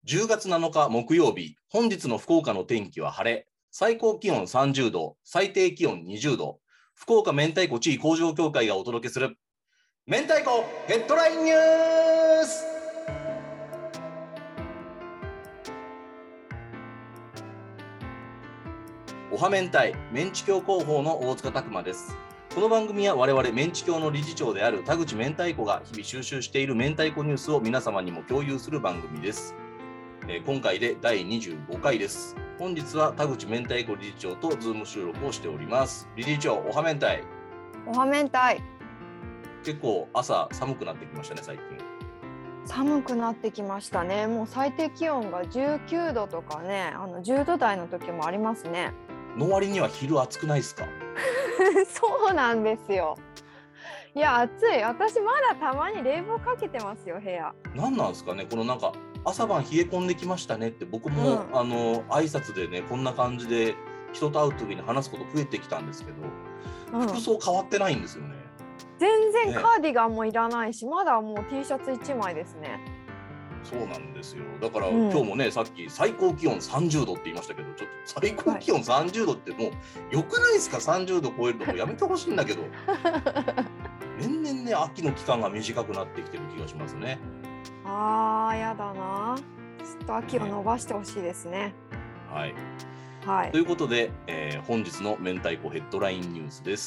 10月7日木曜日、本日の福岡の天気は晴れ、最高気温30度、最低気温20度、福岡明太子地位向上協会がお届けする明太子ヘッドラインニュース。おは明太、メンチ協広報の大塚拓馬です。この番組は我々メンチ協の理事長である田口明太子が日々収集している明太子ニュースを皆様にも共有する番組です。今回で第25回です。本日は田口明太子理事長とズーム収録をしております。理事長、おは明太。 おは明太。 結構朝寒くなってきましたね、最近。 寒くなってきましたね。もう最低気温が19度とかね、10度台の時もありますね。 の割には昼暑くないですか？ そうなんですよ。いや、暑い。私まだたまに冷房かけてますよ、部屋。 何なんですかね、このなんか朝晩冷え込んできましたねって僕も、挨拶でね、こんな感じで人と会う時に話すこと増えてきたんですけど、服装変わってないんですよね。 全然カーディガンもいらないし、まだもう T シャツ1枚ですね。 そうなんですよ。だから、今日もね、さっき最高気温30度って言いましたけど、ちょっと最高気温30度ってもう良くないですか？30度超えるのもやめてほしいんだけど年々ね、秋の期間が短くなってきてる気がしますね。 やだな。ちょっと秋を伸ばしてほしいですね。 はい、 はい、 ということで、本日の明太子ヘッドラインニュースです。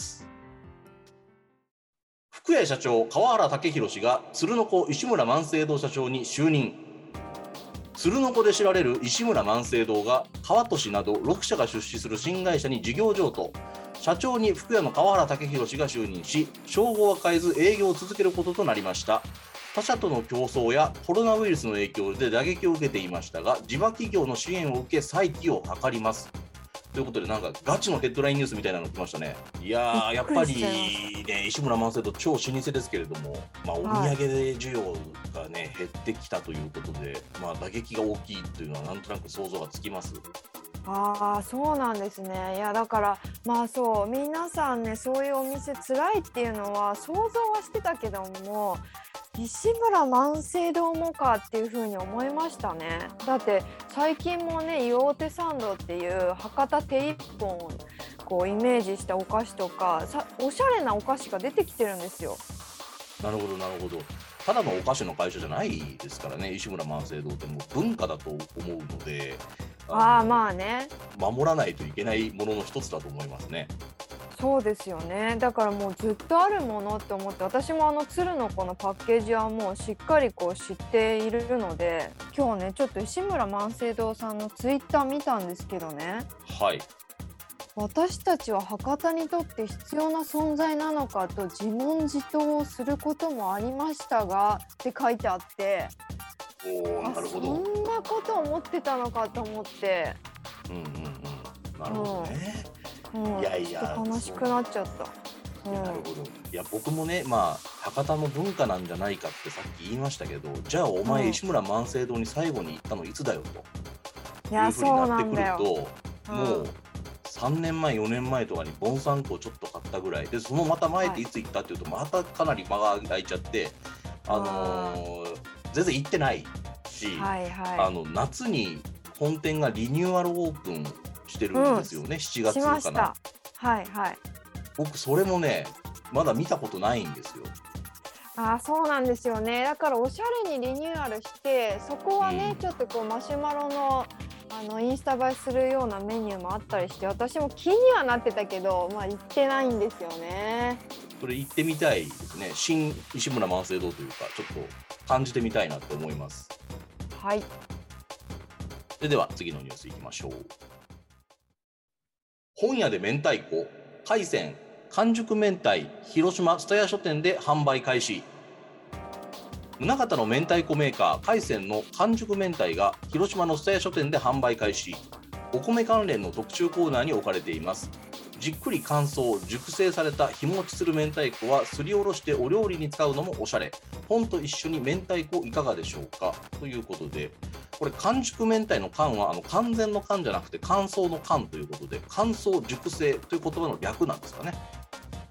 福屋社長川原武弘氏が鶴の子石村万世堂社長に就任。鶴の子で知られる石村万世堂が川都市など6社が出資する新会社に事業譲渡。社長に福屋の川原武弘氏が就任し、称号は変えず営業を続けることとなりました。他社との競争やコロナウイルスの影響で打撃を受けていましたが、地場企業の支援を受け再起を図ります。ということで、なんかガチのヘッドラインニュースみたいなの来ましたね。いやー、やっぱりね、石村万世堂超老舗ですけれども、お土産で需要がね、減ってきたということで、打撃が大きいというのはなんとなく想像がつきます。 そうなんですね。いや、だからそう、皆さんね、そういうお店辛いっていうのは想像はしてたけども、石村万世堂もかっていう風に思いましたね。だって最近もね、岩手サンドっていう博多手一本をこうイメージしたお菓子とかおしゃれなお菓子が出てきてるんですよ。 なるほどなるほど。ただのお菓子の会社じゃないですからね、石村万世堂ってもう文化だと思うので、守らないといけないものの一つだと思いますね。 そうですよね。だからもうずっとあるものって思って、私も鶴の子のパッケージはもうしっかりこう知っているので、今日ねちょっと石村万世堂さんのツイッター見たんですけどね。 はい。 私たちは博多にとって必要な存在なのかと自問自答をすることもありましたがって書いてあって、 なるほど。 そんなこと思ってたのかと思って。 なるほどね。 いや悲しくなっちゃった。 なるほど。いや、僕もね、博多の文化なんじゃないかってさっき言いましたけど、じゃあお前、石村万世堂に最後に行ったのいつだよというふうになってくると、もう3年前4年前とかにボンサンコをちょっと買ったぐらいで、そのまた前っていつ行ったっていうと、またかなり間が空いちゃって、全然行ってないし、夏に本店がリニューアルオープンしてるんですよね、7月かな。僕それもね、まだ見たことないんですよ。 そうなんですよね。だからおしゃれにリニューアルして、そこはね、ちょっとこうマシュマロのインスタ映えするようなメニューもあったりして、私も気にはなってたけど、行ってないんですよね。 それ行ってみたいですね。新石村万世堂というか、ちょっと感じてみたいなと思います。 はい。 では次のニュースいきましょう。本屋で明太子、海鮮、完熟明太、広島蔦屋書店で販売開始。宗像の明太子メーカー海鮮の完熟明太が広島の蔦屋書店で販売開始。お米関連の特注コーナーに置かれています。じっくり乾燥熟成された日持ちする明太子はすりおろしてお料理に使うのもおしゃれ。本と一緒に明太子いかがでしょうか、ということで、これ完熟明太の完は完全の完じゃなくて乾燥の乾ということで、乾燥熟成という言葉の略なんですかね。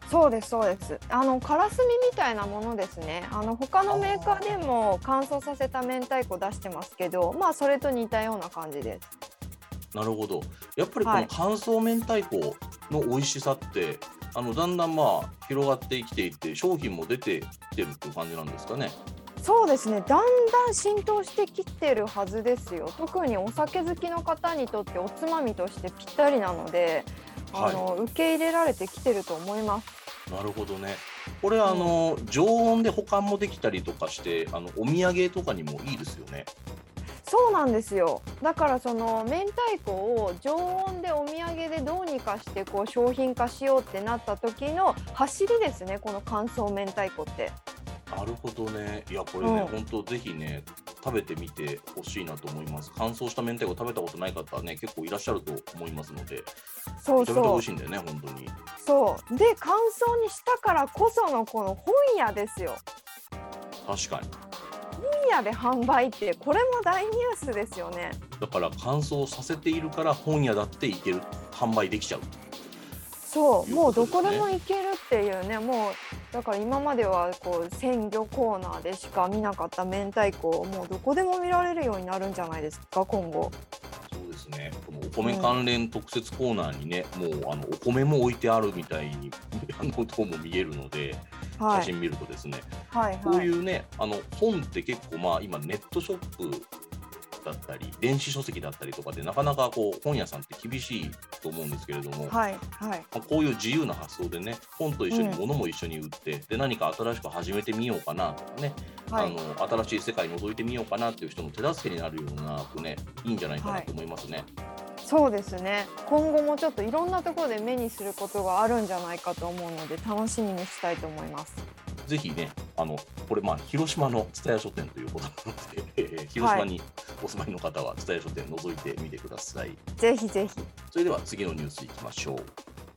そうですそうです。からすみみたいなものですね。他のメーカーでも乾燥させた明太子出してますけど、まあそれと似たような感じです。 なるほど。やっぱりこはい。 の乾燥明太子の美味しさって、だんだん広がってきていて、商品も出てきてるっていう感じなんですかね。 そうですね。だんだん浸透してきてるはずですよ。特にお酒好きの方にとっておつまみとしてぴったりなので、 はい。 受け入れられてきてると思います。 なるほどね。これうん。 常温で保管もできたりとかして、お土産とかにもいいですよね。 そうなんですよ。だからその明太子を常温でお土産でどうにかしてこう商品化しようってなった時の走りですね、この乾燥明太子って。 なるほどね。いや、これね、 うん。 本当ぜひね、食べてみてほしいなと思います。乾燥した明太子食べたことない方はね、結構いらっしゃると思いますので、めちゃめちゃ美そうそう。 味しいんだよね、本当に。 そう。で、乾燥にしたからこそのこの本屋ですよ。 確かに。 本屋で販売ってこれも大ニュースですよね。 だから乾燥させているから本屋だっていける、販売できちゃうそう、 というこもうどこでとですね。 も行けるっていうね、もうだから今まではこう鮮魚コーナーでしか見なかった明太子をもうどこでも見られるようになるんじゃないですか、今後。 そうですね。このおうん。 米関連特設コーナーにね、もうお米も置いてあるみたいにどうも見えるので、写はい。 真見るとですね、こうはいはい。 いうね、本って結構今ネットショップだったり、電子書籍だったりとかでなかなかこう本屋さんって厳しいと思うんですけれども、 はいはい。 こういう自由な発想でね、本と一緒にうん。 物も一緒に売って、で、何か新しく始めてみようかなとかね、 はい。 新しい世界覗いてみようかなっていう人の手助けになるようなね、いいんじゃないかはい。 なと思いますね。 そうですね。今後もちょっといろんなところで目にすることがあるんじゃないかと思うので、楽しみにしたいと思います。 ぜひね、これ広島の蔦屋書店ということなので、広はい。 島にお住まいの方は蔦屋書店覗いてみてください。 ぜひぜひ。 それでは次のニュースいきましょう。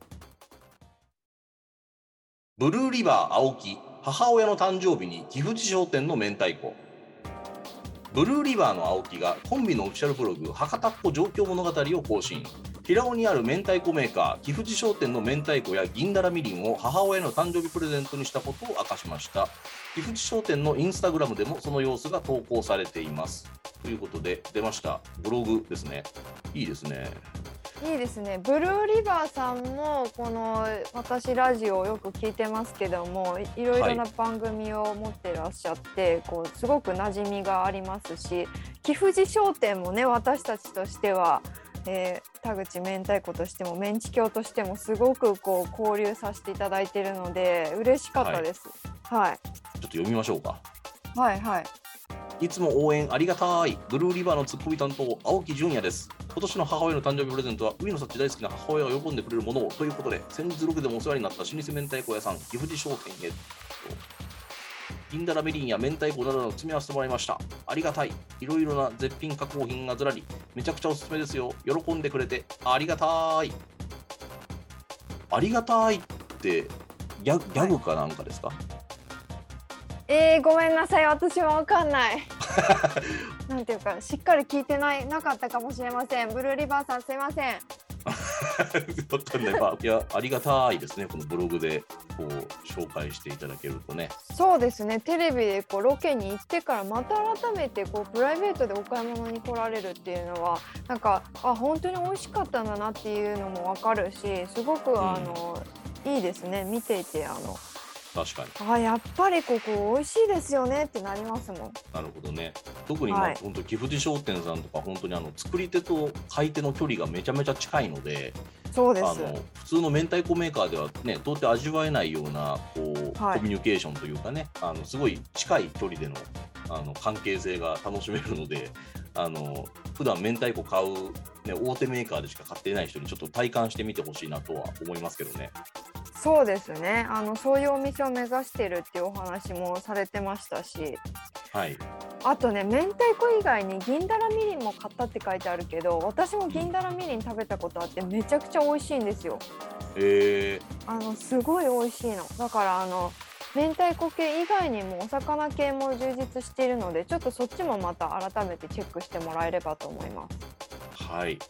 ブルーリバー青木、母親の誕生日に岐阜地商店の明太子。ブルーリバーの青木がコンビのオフィシャルブログ博多っ子状況物語を更新。平尾にある明太子メーカー岐阜地商店の明太子や銀だらみりんを母親への誕生日プレゼントにしたことを明かしました。岐阜地商店のインスタグラムでもその様子が投稿されています。ということで出ました。ブログですね。いいですね。 いいですね。ブルーリバーさんもこの私ラジオをよく聞いてますけども、いろいはい。 ろな番組を持ってらっしゃって、こうすごく馴染みがありますし、貴婦寺商店もね、私たちとしては、田口明太子としてもメンチ協としてもすごくこう交流させていただいているので嬉しかっはい。 たです。はい。 ちょっと読みましょうか。 はいはい。 いつも応援ありがたい。ブルーリバーのツッコミ担当、青木純也です。今年の母親の誕生日プレゼントは、海の幸大好きな母親が喜んでくれるものをということで、先日ロケでもお世話になった老舗明太子屋さん、岐阜寺商店へと、銀だらみりんや明太子などの詰め合わせてもらいました。ありがたい。いろいろな絶品加工品がずらり、めちゃくちゃおすすめですよ。喜んでくれてありがたい。ありがたいってギャはい。 グかなんかですか？ ごめんなさい。私もわかんない。なんていうか、しっかり聞いてなかったかもしれません。ブルーリバーさんすいません。 わかんない。いや、ありがたいですね。このブログでこう紹介していただけるとね。 そうですね。テレビでこうロケに行ってからまた改めてこうプライベートでお買い物に来られるっていうのはなんか本当に美味しかったんだなっていうのもわかるし、すごくうん、 いいですね。見ていて確かに。 やっぱりここ美味しいですよねってなりますもん。 なるほどね。特にはい。 本当岐阜寺商店さんとか本当に作り手と買い手の距離がめちゃめちゃ近いので、 そうです。 普通の明太子メーカーではね、到底味わえないようなコはい。 ミュニケーションというかね、すごい近い距離での関係性が楽しめるので、あの普段明太子買う、ね、大手メーカーでしか買っていない人にちょっと体感してみてほしいなとは思いますけどね。 そうですね。そういうお店を目指してるっていうお話もされてましたし、 はい。 あとね、明太子以外に銀だらみりんも買ったって書いてあるけど、私もうん。 銀だらみりん食べたことあってめちゃくちゃ美味しいんですよ。 えすごい美味しいの。だから明太子系以外にもお魚系も充実しているので、ちょっとそっちもまた改めてチェックしてもらえればと思います。 はい。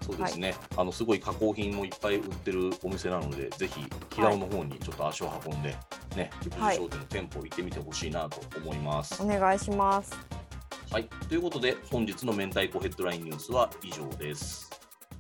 そうですね、すごい加工品もいっぱい売ってるお店なので、ぜひ平尾の方にちょっと足を運んで、ね、菊池商店の店舗行ってみてほしいなと思います。 お願いします。 はい、ということで本日の明太子ヘッドラインニュースは以上です。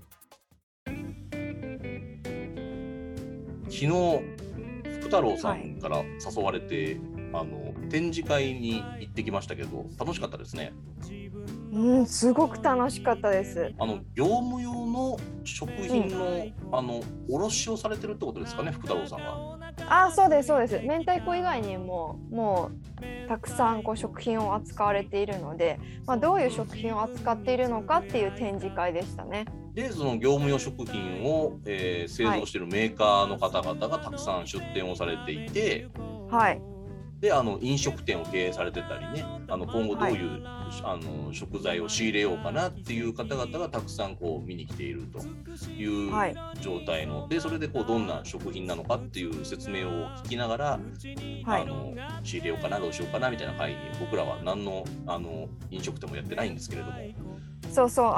昨日福太郎さんから誘われて、展示会に行ってきましたけど、楽しかったですね。 すごく楽しかったです。 業務用の食品の、卸をされてるってことですかね、福太郎さんが。 そうですそうです。明太子以外にももうたくさん食品を扱われているので、どういう食品を扱っているのかっていう展示会でしたね。 で、その業務用食品を、製造しているメーカーの方々がたくさん出店をされていて、 はい。 で飲食店を経営されてたりね、今後どういう、食材を仕入れようかなっていう方々がたくさん見に来ているという状態の、でそれでどんな食品なのかっていう説明を聞きながら、仕入れようかなどうしようかなみたいな会に、僕らは何の飲食店もやってないんですけれども、 そうそう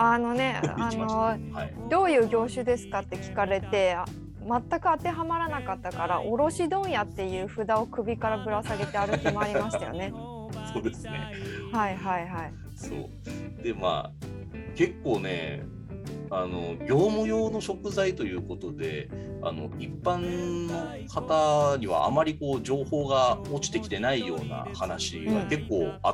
どういう業種ですかって聞かれて、全く当てはまらなかったから、卸問屋っていう札を首からぶら下げて歩き回りましたよね。 そうですね。 はいはいはい。 そうで、結構ね、業務用の食材ということで、一般の方にはあまり情報が落ちてきてないような話が結構あって、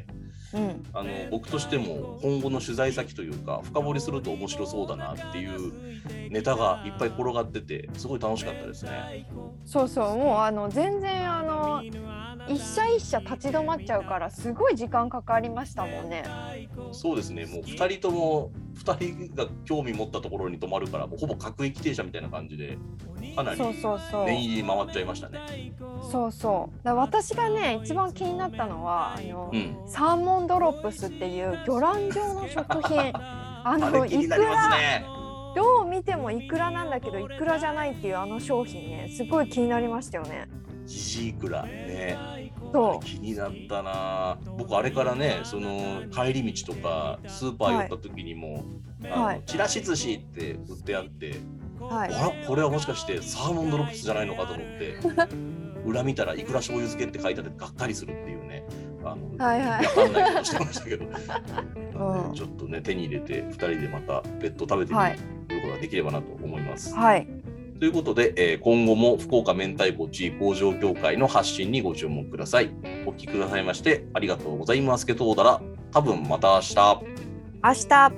僕としても今後の取材先というか、深掘りすると面白そうだなっていうネタがいっぱい転がってて、すごい楽しかったですね。 そうそう、もう全然一社一社立ち止まっちゃうから、すごい時間かかりましたもんね。 そうですね、もう2人とも2人が興味持ったところに止まるから、もうほぼ各駅停車みたいな感じで、かなり念入りに回っちゃいましたね。 そうそう。私がね一番気になったのはサーモンドロップスっていう魚卵状の食品あれ気になりますね。 どう見てもイクラなんだけどイクラじゃないっていう商品ね、すごい気になりましたよね。 ジジイクラね、 そう気になったな。僕あれからね、その帰り道とかスーパー寄った時にも、ちらし寿司って売ってあって、これはもしかしてサーモンドロップスじゃないのかと思って裏見たらイクラ醤油漬けって書いてあってがっかりするっていうね、分かんないことしてましたけどちょっとね、手に入れて2人でまた別途食べてみることができればなと思います。ということで、今後も福岡明太子地位工場協会の発信にご注目ください。お聞きくださいましてありがとうございます。けどうだら、多分また明日。 明日。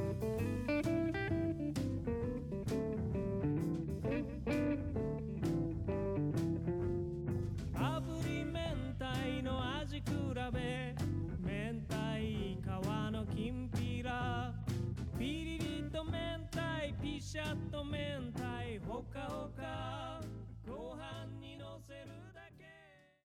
ピリリと明太ピシャッと明太